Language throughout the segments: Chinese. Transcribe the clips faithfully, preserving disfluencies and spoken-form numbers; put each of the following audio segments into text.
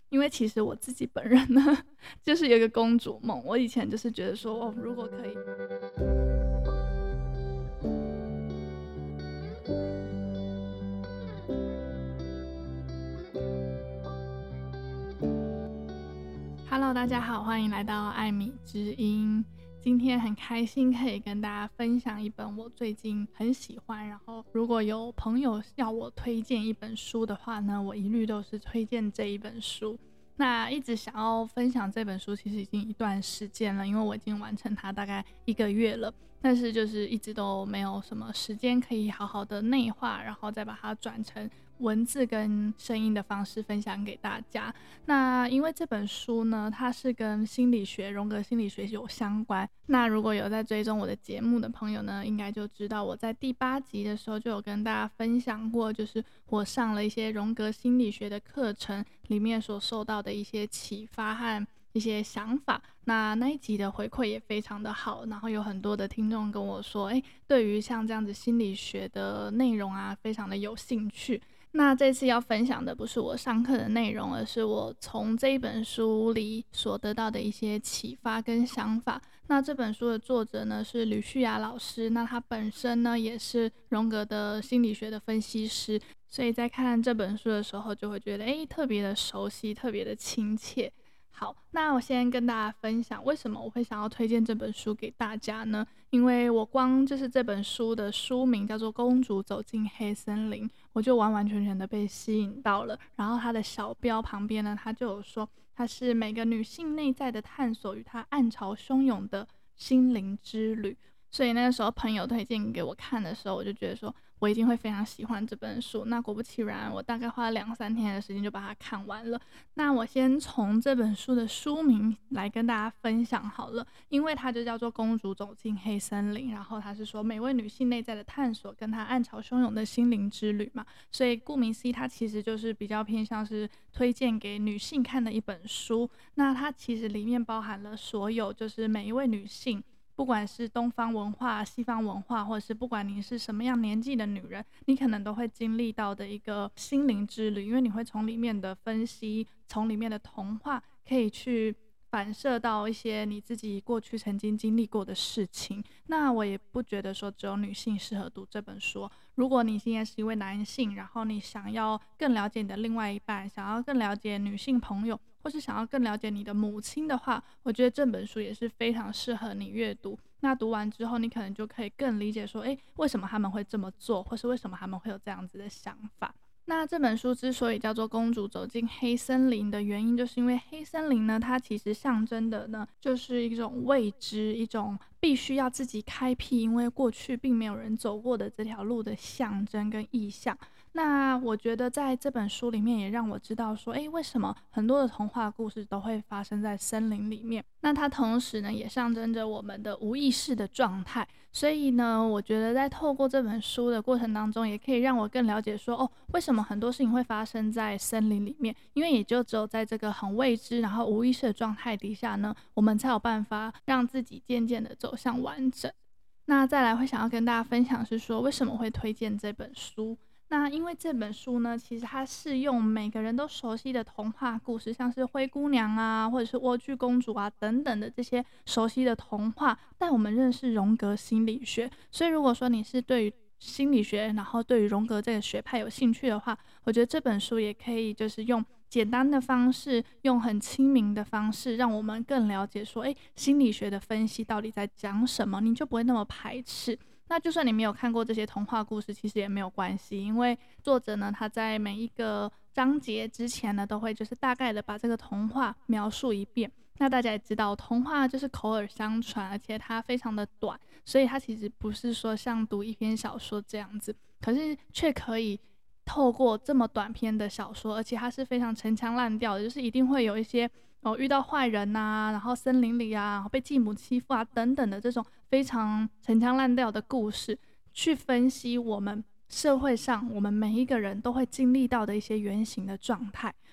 因为其实我自己本人呢，就是有一个公主梦。我以前就是觉得说，哦，如果可以。Hello，大家好，欢迎来到艾米之音。今天很开心可以跟大家分享一本我最近很喜欢，然后如果有朋友要我推荐一本书的话呢，我一律都是推荐这一本书。那一直想要分享这本书其实已经一段时间了，因为我已经完成它大概一个月了，但是就是一直都没有什么时间可以好好的内化，然后再把它转成文字跟声音的方式分享给大家。那因为这本书呢，它是跟心理学、荣格心理学有相关。那如果有在追踪我的节目的朋友呢，应该就知道我在第八集的时候就有跟大家分享过，就是我上了一些荣格心理学的课程里面所受到的一些启发和一些想法。那那一集的回馈也非常的好，然后有很多的听众跟我说，哎，对于像这样子心理学的内容啊，非常的有兴趣。那这次要分享的不是我上课的内容，而是我从这一本书里所得到的一些启发跟想法。那这本书的作者呢是吕旭雅老师，那他本身呢也是荣格的心理学的分析师，所以在看这本书的时候就会觉得诶特别的熟悉，特别的亲切。好，那我先跟大家分享为什么我会想要推荐这本书给大家呢？因为我光就是这本书的书名叫做《公主走进黑森林》，我就完完全全的被吸引到了。然后它的小标旁边呢，它就有说它是每个女性内在的探索与她暗潮汹涌的心灵之旅。所以那个时候朋友推荐给我看的时候，我就觉得说我一定会非常喜欢这本书。那果不其然，我大概花了两三天的时间就把它看完了。那我先从这本书的书名来跟大家分享好了，因为它就叫做《公主走进黑森林》，然后它是说每位女性内在的探索跟她暗潮汹涌的心灵之旅嘛，所以顾名思义，它其实就是比较偏向是推荐给女性看的一本书。那它其实里面包含了所有就是每一位女性，不管是东方文化、西方文化，或者是不管你是什么样年纪的女人，你可能都会经历到的一个心灵之旅，因为你会从里面的分析，从里面的童话可以去反射到一些你自己过去曾经经历过的事情。那我也不觉得说只有女性适合读这本书，如果你现在是一位男性，然后你想要更了解你的另外一半，想要更了解女性朋友，或是想要更了解你的母亲的话，我觉得这本书也是非常适合你阅读。那读完之后，你可能就可以更理解说，诶，为什么他们会这么做，或是为什么他们会有这样子的想法。那这本书之所以叫做公主走进黑森林的原因，就是因为黑森林呢，它其实象征的呢，就是一种未知，一种必须要自己开辟，因为过去并没有人走过的这条路的象征跟意象。那我觉得在这本书里面也让我知道说，诶，为什么很多的童话故事都会发生在森林里面。那它同时呢也象征着我们的无意识的状态，所以呢我觉得在透过这本书的过程当中，也可以让我更了解说，哦，为什么很多事情会发生在森林里面，因为也就只有在这个很未知然后无意识的状态底下呢，我们才有办法让自己渐渐的走向完整。那再来会想要跟大家分享是说，为什么会推荐这本书。那因为这本书呢，其实它是用每个人都熟悉的童话故事，像是灰姑娘啊，或者是莴苣公主啊等等的这些熟悉的童话，带我们认识荣格心理学。所以如果说你是对于心理学，然后对于荣格这个学派有兴趣的话，我觉得这本书也可以就是用简单的方式，用很亲民的方式，让我们更了解说，诶，心理学的分析到底在讲什么，你就不会那么排斥。那就算你没有看过这些童话故事，其实也没有关系，因为作者呢，他在每一个章节之前呢，都会就是大概的把这个童话描述一遍。那大家也知道，童话就是口耳相传，而且它非常的短，所以它其实不是说像读一篇小说这样子，可是却可以透过这么短篇的小说，而且它是非常陈腔滥调的，就是一定会有一些哦遇到坏人啊，然后森林里啊，然后被继母欺负啊等等的这种非常陈腔滥调的故事，去分析我们社会上我们每一个人都会经历到的一些原型的状态。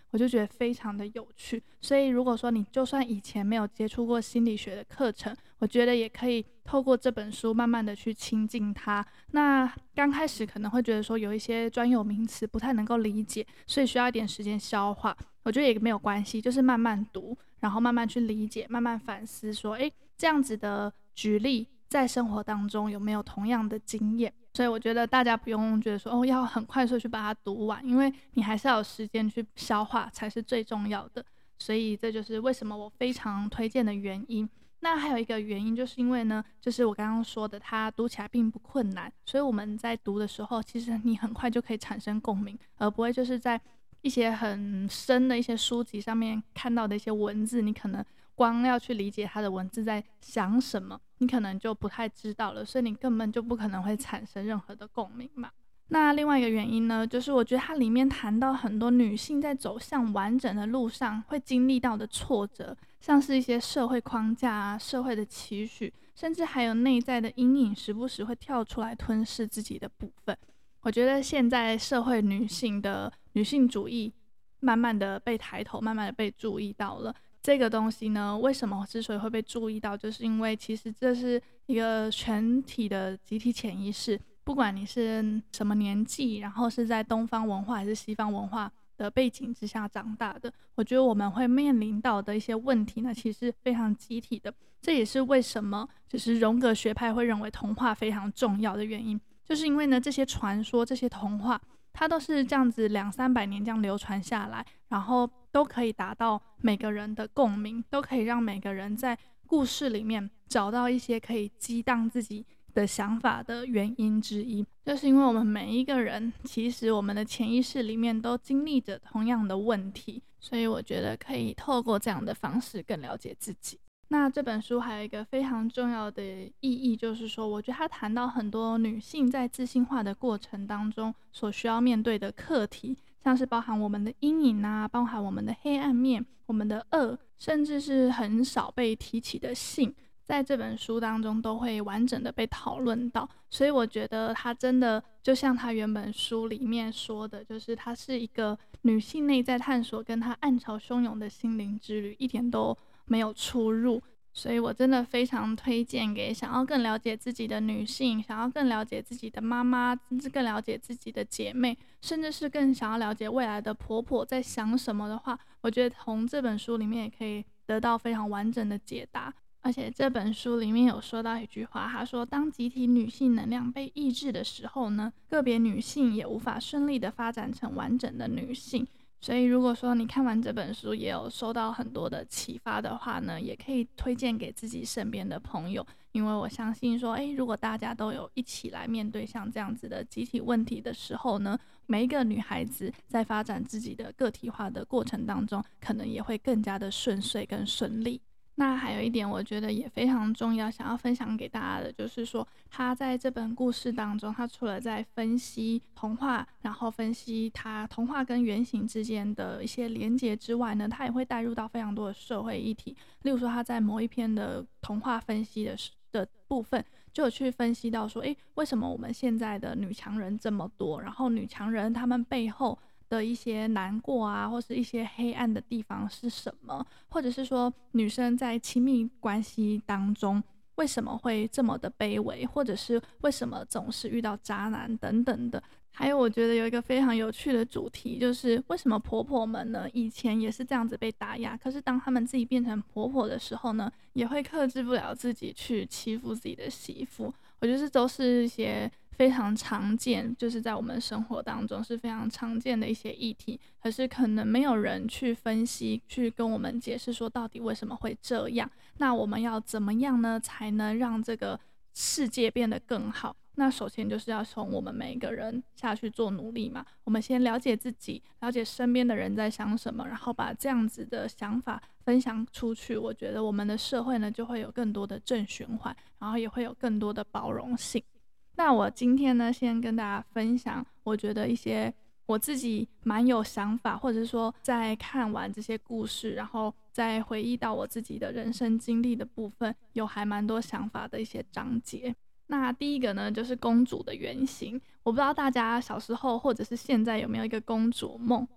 我就觉得非常的有趣。所以如果说你就算以前没有接触过心理学的课程，我觉得也可以透过这本书慢慢的去亲近它。那刚开始可能会觉得说有一些专有名词不太能够理解，所以需要一点时间消化，我觉得也没有关系，就是慢慢读，然后慢慢去理解，慢慢反思说，诶，这样子的举例在生活当中有没有同样的经验。所以我觉得大家不用觉得说哦要很快速去把它读完，因为你还是要有时间去消化才是最重要的。所以这就是为什么我非常推荐的原因。那还有一个原因就是因为呢，就是我刚刚说的，它读起来并不困难，所以我们在读的时候，其实你很快就可以产生共鸣，而不会就是在一些很深的一些书籍上面看到的一些文字，你可能光要去理解它的文字在想什么，你可能就不太知道了，所以你根本就不可能会产生任何的共鸣嘛。那另外一个原因呢，就是我觉得它里面谈到很多女性在走向完整的路上会经历到的挫折，像是一些社会框架啊、社会的期许，甚至还有内在的阴影，时不时会跳出来吞噬自己的部分。我觉得现在社会女性的女性主义慢慢的被抬头，慢慢的被注意到了。这个东西呢，为什么之所以会被注意到，就是因为其实这是一个全体的集体潜意识，不管你是什么年纪，然后是在东方文化还是西方文化的背景之下长大的，我觉得我们会面临到的一些问题呢，其实非常集体的。这也是为什么就是荣格学派会认为童话非常重要的原因，就是因为呢这些传说、这些童话，它都是这样子两三百年这样流传下来，然后都可以达到每个人的共鸣，都可以让每个人在故事里面找到一些可以激荡自己的想法的原因之一，就是因为我们每一个人其实我们的潜意识里面都经历着同样的问题，所以我觉得可以透过这样的方式更了解自己。那这本书还有一个非常重要的意义，就是说我觉得它谈到很多女性在自信化的过程当中所需要面对的课题，像是包含我们的阴影啊，包含我们的黑暗面，我们的恶，甚至是很少被提起的性，在这本书当中都会完整的被讨论到。所以我觉得它真的就像它原本书里面说的，就是它是一个女性内在探索跟她暗潮汹涌的心灵之旅，一点都没有出入。所以我真的非常推荐给想要更了解自己的女性，想要更了解自己的妈妈，甚至更了解自己的姐妹，甚至是更想要了解未来的婆婆在想什么的话，我觉得从这本书里面也可以得到非常完整的解答。而且这本书里面有说到一句话，他说当集体女性能量被抑制的时候呢，个别女性也无法顺利的发展成完整的女性。所以如果说你看完这本书也有收到很多的启发的话呢，也可以推荐给自己身边的朋友，因为我相信说诶，如果大家都有一起来面对像这样子的集体问题的时候呢，每一个女孩子在发展自己的个体化的过程当中，可能也会更加的顺遂跟顺利。那还有一点我觉得也非常重要，想要分享给大家的就是说，他在这本故事当中，他除了在分析童话，然后分析他童话跟原型之间的一些连结之外呢，他也会带入到非常多的社会议题。例如说他在某一篇的童话分析的的部分，就有去分析到说，诶，为什么我们现在的女强人这么多，然后女强人她们背后的一些难过啊，或是一些黑暗的地方是什么，或者是说女生在亲密关系当中为什么会这么的卑微，或者是为什么总是遇到渣男等等的。还有我觉得有一个非常有趣的主题，就是为什么婆婆们呢以前也是这样子被打压，可是当她们自己变成婆婆的时候呢，也会克制不了自己去欺负自己的媳妇。我觉得这都是一些非常常见，就是在我们生活当中是非常常见的一些议题，可是可能没有人去分析，去跟我们解释说到底为什么会这样，那我们要怎么样呢才能让这个世界变得更好。那首先就是要从我们每一个人下去做努力嘛，我们先了解自己，了解身边的人在想什么，然后把这样子的想法分享出去，我觉得我们的社会呢就会有更多的正循环，然后也会有更多的包容性。那我今天呢先跟大家分享我觉得一些我自己蛮有想法，或者是说在看完这些故事，然后再回忆到我自己的人生经历的部分，有还蛮多想法的一些章节。那第一个呢就是公主的原型，我不知道大家小时候或者是现在有没有一个公主梦，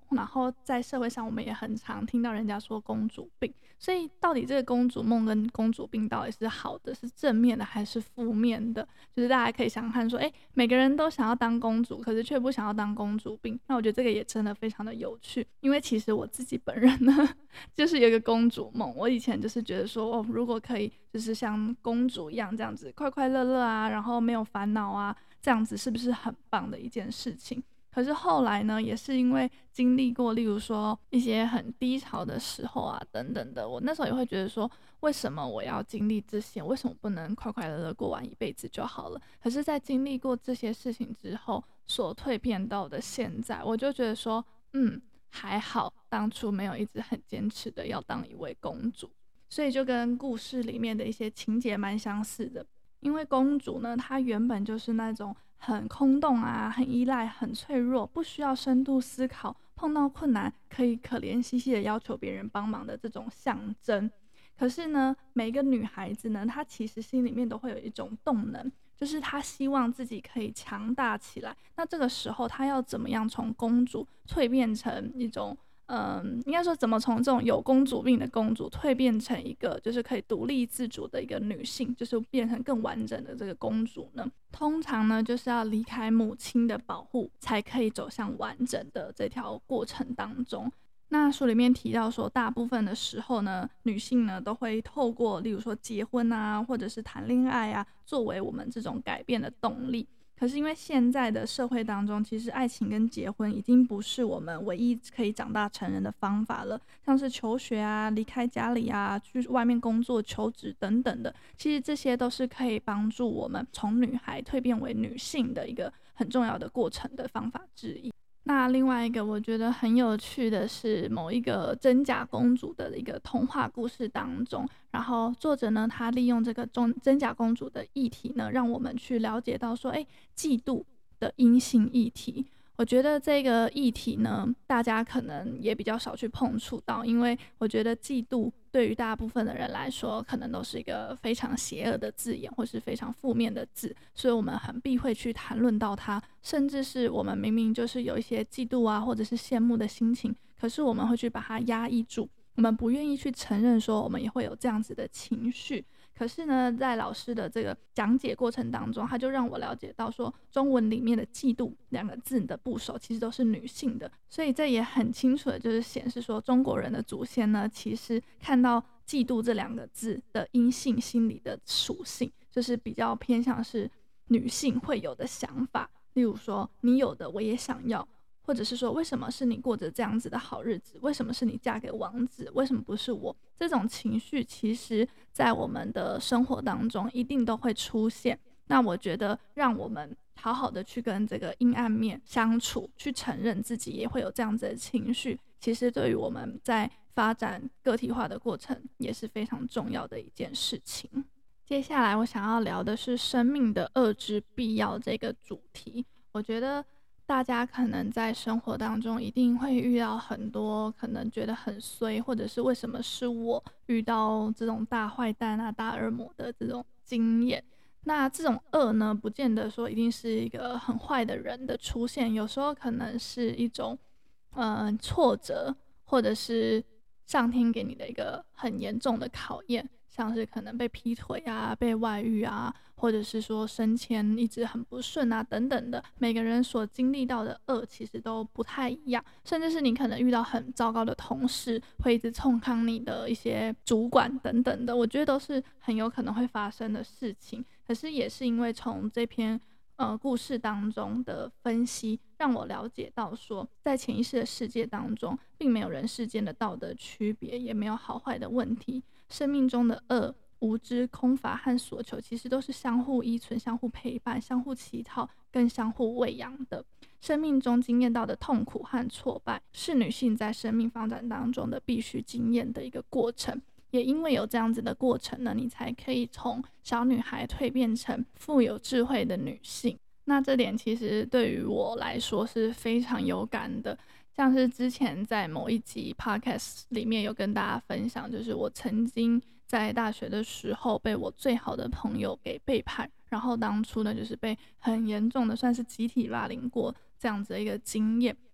然后在社会上我们也很常听到人家说公主病，所以到底这个公主梦跟公主病到底是好的，是正面的还是负面的？就是大家可以想想看说，哎，每个人都想要当公主，可是却不想要当公主病。那我觉得这个也真的非常的有趣，因为其实我自己本人呢，就是有一个公主梦。我以前就是觉得说，哦，如果可以就是像公主一样这样子快快乐乐啊，然后没有烦恼啊，这样子是不是很棒的一件事情？可是后来呢，也是因为经历过，例如说一些很低潮的时候啊，等等的，我那时候也会觉得说，为什么我要经历这些？为什么不能快快乐乐过完一辈子就好了？可是，在经历过这些事情之后，所蜕变到的现在，我就觉得说，嗯，还好当初没有一直很坚持的要当一位公主，所以就跟故事里面的一些情节蛮相似的。因为公主呢，她原本就是那种很空洞啊，很依赖，很脆弱，不需要深度思考，碰到困难可以可怜兮兮的要求别人帮忙的这种象征。可是呢，每一个女孩子呢，她其实心里面都会有一种动能，就是她希望自己可以强大起来。那这个时候，她要怎么样从公主蜕变成一种嗯，应该说怎么从这种有公主病的公主蜕变成一个就是可以独立自主的一个女性，就是变成更完整的这个公主呢？通常呢，就是要离开母亲的保护，才可以走向完整的这条过程当中。那书里面提到说，大部分的时候呢，女性呢都会透过例如说结婚啊，或者是谈恋爱啊，作为我们这种改变的动力。可是因为现在的社会当中，其实爱情跟结婚已经不是我们唯一可以长大成人的方法了，像是求学啊、离开家里啊、去外面工作、求职等等的，其实这些都是可以帮助我们从女孩蜕变为女性的一个很重要的过程的方法之一。那另外一个我觉得很有趣的是，某一个真假公主的一个童话故事当中，然后作者呢，他利用这个真真假公主的议题呢，让我们去了解到说，哎，嫉妒的阴性议题。我觉得这个议题呢，大家可能也比较少去碰触到，因为我觉得嫉妒对于大部分的人来说，可能都是一个非常邪恶的字眼，或是非常负面的字，所以我们很避讳去谈论到它，甚至是我们明明就是有一些嫉妒啊，或者是羡慕的心情，可是我们会去把它压抑住，我们不愿意去承认说我们也会有这样子的情绪。可是呢，在老师的这个讲解过程当中，他就让我了解到说，中文里面的嫉妒两个字的部首其实都是女性的，所以这也很清楚的就是显示说，中国人的祖先呢，其实看到嫉妒这两个字的阴性心理的属性，就是比较偏向是女性会有的想法，例如说你有的我也想要，或者是说为什么是你过着这样子的好日子，为什么是你嫁给王子，为什么不是我？这种情绪其实在我们的生活当中一定都会出现。那我觉得让我们好好的去跟这个阴暗面相处，去承认自己也会有这样子的情绪，其实对于我们在发展个体化的过程也是非常重要的一件事情。接下来我想要聊的是生命的恶之必要这个主题。我觉得大家可能在生活当中一定会遇到很多可能觉得很衰，或者是为什么是我遇到这种大坏蛋啊、大恶魔的这种经验。那这种恶呢，不见得说一定是一个很坏的人的出现，有时候可能是一种呃挫折，或者是上天给你的一个很严重的考验，像是可能被劈腿啊、被外遇啊，或者是说升迁一直很不顺啊等等的，每个人所经历到的恶其实都不太一样，甚至是你可能遇到很糟糕的同事，会一直冲康你的一些主管等等的，我觉得都是很有可能会发生的事情。可是也是因为从这篇呃故事当中的分析，让我了解到说，在潜意识的世界当中，并没有人世间的道德区别，也没有好坏的问题。生命中的恶、无知、空乏和所求，其实都是相互依存、相互陪伴、相互乞讨、更相互喂养的。生命中经验到的痛苦和挫败，是女性在生命发展当中的必须经验的一个过程。也因为有这样子的过程呢，你才可以从小女孩蜕变成富有智慧的女性。那这点其实对于我来说是非常有感的，像是之前在某一集 podcast 里面有跟大家分享，就是我曾经在大学的时候被我最好的朋友给背叛，然后当初呢就是被很严重的算是集体霸凌过这样子的一个经验。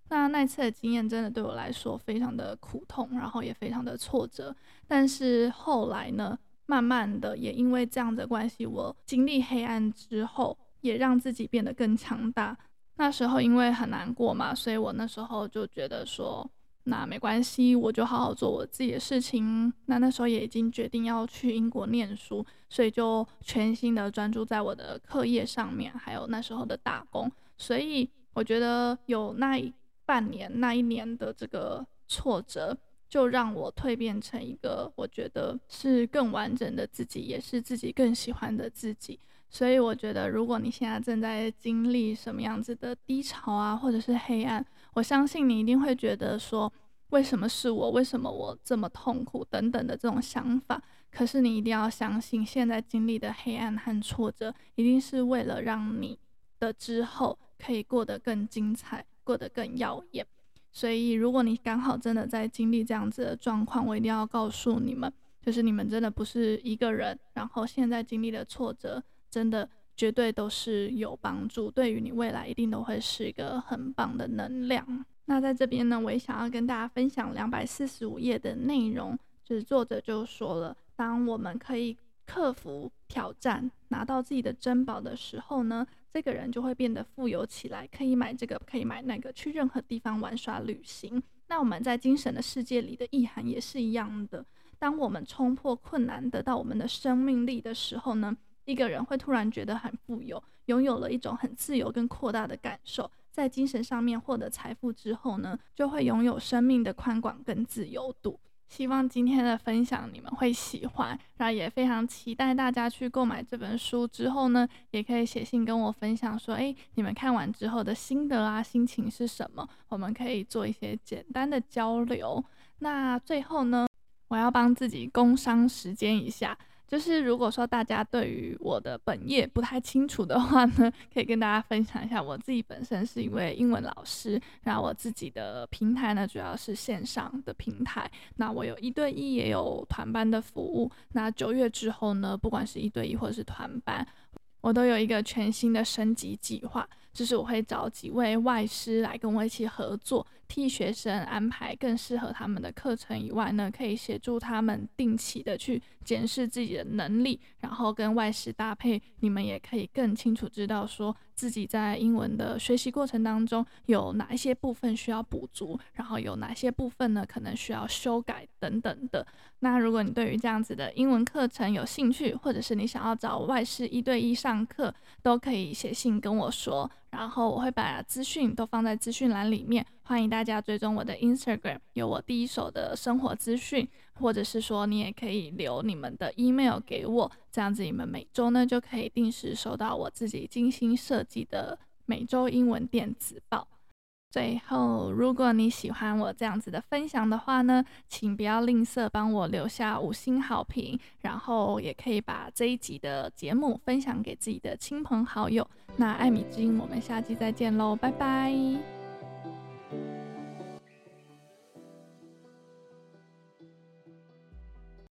那那次的经验真的对我来说非常的苦痛，然后也非常的挫折。但是后来呢，慢慢的也因为这样的关系，我经历黑暗之后，也让自己变得更强大。那时候因为很难过嘛，所以我那时候就觉得说，那没关系，我就好好做我自己的事情。那那时候也已经决定要去英国念书，所以就全心的专注在我的课业上面，还有那时候的打工。所以我觉得有那一半年那一年的这个挫折，就让我蜕变成一个我觉得是更完整的自己，也是自己更喜欢的自己。所以我觉得如果你现在正在经历什么样子的低潮啊，或者是黑暗，我相信你一定会觉得说，为什么是我，为什么我这么痛苦等等的这种想法。可是你一定要相信，现在经历的黑暗和挫折，一定是为了让你的之后可以过得更精彩，过得更耀眼。所以如果你刚好真的在经历这样子的状况，我一定要告诉你们，就是你们真的不是一个人，然后现在经历的挫折真的绝对都是有帮助，对于你未来一定都会是一个很棒的能量。那在这边呢，我也想要跟大家分享两百四十五页的内容，就是作者就说了，当我们可以克服挑战，拿到自己的珍宝的时候呢，这个人就会变得富有起来，可以买这个，可以买那个，去任何地方玩耍旅行。那我们在精神的世界里的意涵也是一样的，当我们冲破困难，得到我们的生命力的时候呢，一个人会突然觉得很富有，拥有了一种很自由跟扩大的感受。在精神上面获得财富之后呢，就会拥有生命的宽广跟自由度。希望今天的分享你们会喜欢，然后也非常期待大家去购买这本书之后呢，也可以写信跟我分享说，哎，你们看完之后的心得啊，心情是什么？我们可以做一些简单的交流。那最后呢，我要帮自己工商时间一下，就是如果说大家对于我的本业不太清楚的话呢，可以跟大家分享一下，我自己本身是一位英文老师，然后我自己的平台呢主要是线上的平台，那我有一对一也有团班的服务。那九月之后呢，不管是一对一或是团班，我都有一个全新的升级计划，就是我会找几位外师来跟我一起合作，替学生安排更适合他们的课程以外呢，可以协助他们定期的去检视自己的能力，然后跟外师搭配，你们也可以更清楚知道说自己在英文的学习过程当中有哪一些部分需要补足，然后有哪些部分呢可能需要修改等等的。那如果你对于这样子的英文课程有兴趣，或者是你想要找外师一对一上课，都可以写信跟我说，然后我会把资讯都放在资讯栏里面，欢迎大家追踪我的 Instagram， 有我第一手的生活资讯，或者是说你也可以留你们的 email 给我，这样子你们每周呢就可以定时收到我自己精心设计的每周英文电子报。最后，如果你喜欢我这样子的分享的话呢，请不要吝啬帮我留下五星好评，然后也可以把这一集的节目分享给自己的亲朋好友。那艾米之音，我们下期再见喽，拜拜。